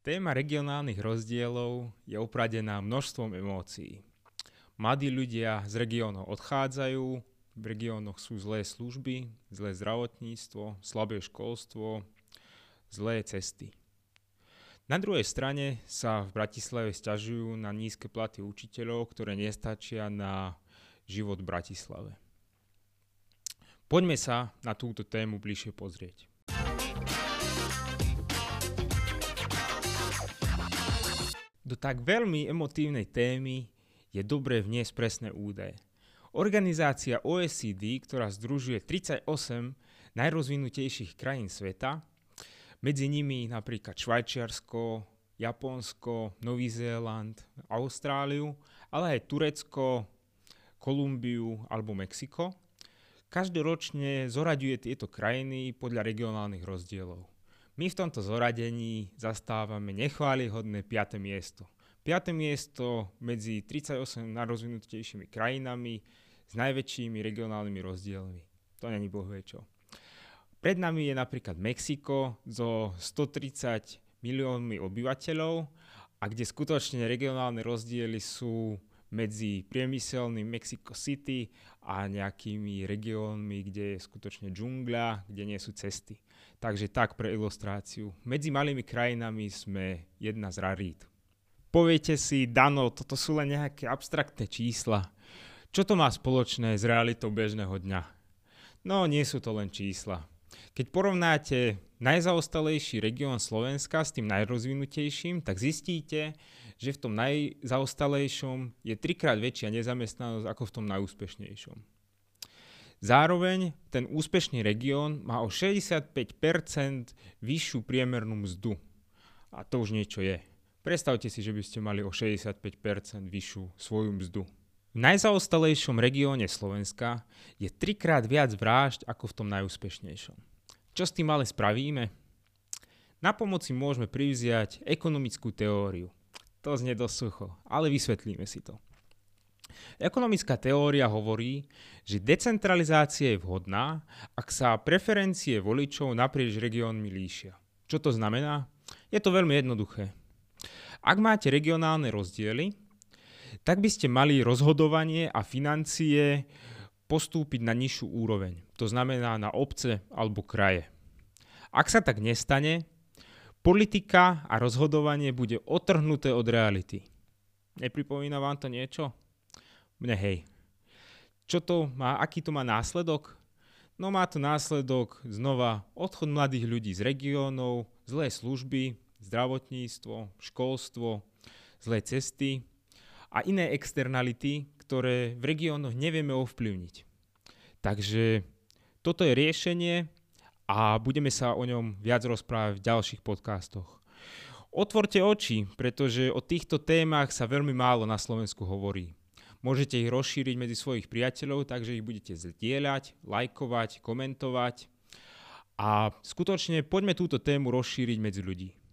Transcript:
Téma regionálnych rozdielov je opradená množstvom emócií. Mladí ľudia z regiónov odchádzajú, v regiónoch sú zlé služby, zlé zdravotníctvo, slabé školstvo, zlé cesty. Na druhej strane sa v Bratislave sťažujú na nízke platy učiteľov, ktoré nestačia na život v Bratislave. Poďme sa na túto tému bližšie pozrieť. Do tak veľmi emotívnej témy je dobré vniesť presné údaje. Organizácia OECD, ktorá združuje 38 najrozvinutejších krajín sveta, medzi nimi napríklad Švajčiarsko, Japonsko, Nový Zéland, Austráliu, ale aj Turecko, Kolumbiu alebo Mexiko, každoročne zoraďuje tieto krajiny podľa regionálnych rozdielov. My v tomto zoradení zastávame nechválihodné 5. miesto. 5. miesto medzi 38 najrozvinutejšími krajinami s najväčšími regionálnymi rozdielmi. To není bohvie čo. Pred nami je napríklad Mexiko so 130 miliónmi obyvateľov a kde skutočne regionálne rozdiely sú medzi priemyselným Mexico City a nejakými regiónmi, kde je skutočne džungľa, kde nie sú cesty. Takže tak pre ilustráciu. Medzi malými krajinami sme jedna z rarít. Poviete si, Dano, toto sú len nejaké abstraktné čísla. Čo to má spoločné s realitou bežného dňa? No, nie sú to len čísla. Keď porovnáte najzaostalejší región Slovenska s tým najrozvinutejším, tak zistíte, že v tom najzaostalejšom je 3-krát väčšia nezamestnanosť ako v tom najúspešnejšom. Zároveň ten úspešný región má o 65% vyššiu priemernú mzdu. A to už niečo je. Predstavte si, že by ste mali o 65% vyššiu svoju mzdu. V najzaostalejšom regióne Slovenska je 3-krát viac vražd ako v tom najúspešnejšom. Čo s tým ale spravíme? Na pomoci môžeme privziať ekonomickú teóriu. To znie dosť sucho, ale vysvetlíme si to. Ekonomická teória hovorí, že decentralizácia je vhodná, ak sa preferencie voličov naprieč regiónmi líšia. Čo to znamená? Je to veľmi jednoduché. Ak máte regionálne rozdiely, tak by ste mali rozhodovanie a financie postúpiť na nižšiu úroveň. To znamená na obce alebo kraje. Ak sa tak nestane, politika a rozhodovanie bude otrhnuté od reality. Nepripomína vám to niečo? Mne hej. Čo to má, aký to má následok? No má to následok znova odchod mladých ľudí z regiónov, zlé služby, zdravotníctvo, školstvo, zlé cesty a iné externality, ktoré v regiónoch nevieme ovplyvniť. Takže toto je riešenie a budeme sa o ňom viac rozprávať v ďalších podcastoch. Otvorte oči, pretože o týchto témach sa veľmi málo na Slovensku hovorí. Môžete ich rozšíriť medzi svojich priateľov, takže ich budete zdieľať, lajkovať, komentovať a skutočne poďme túto tému rozšíriť medzi ľudí.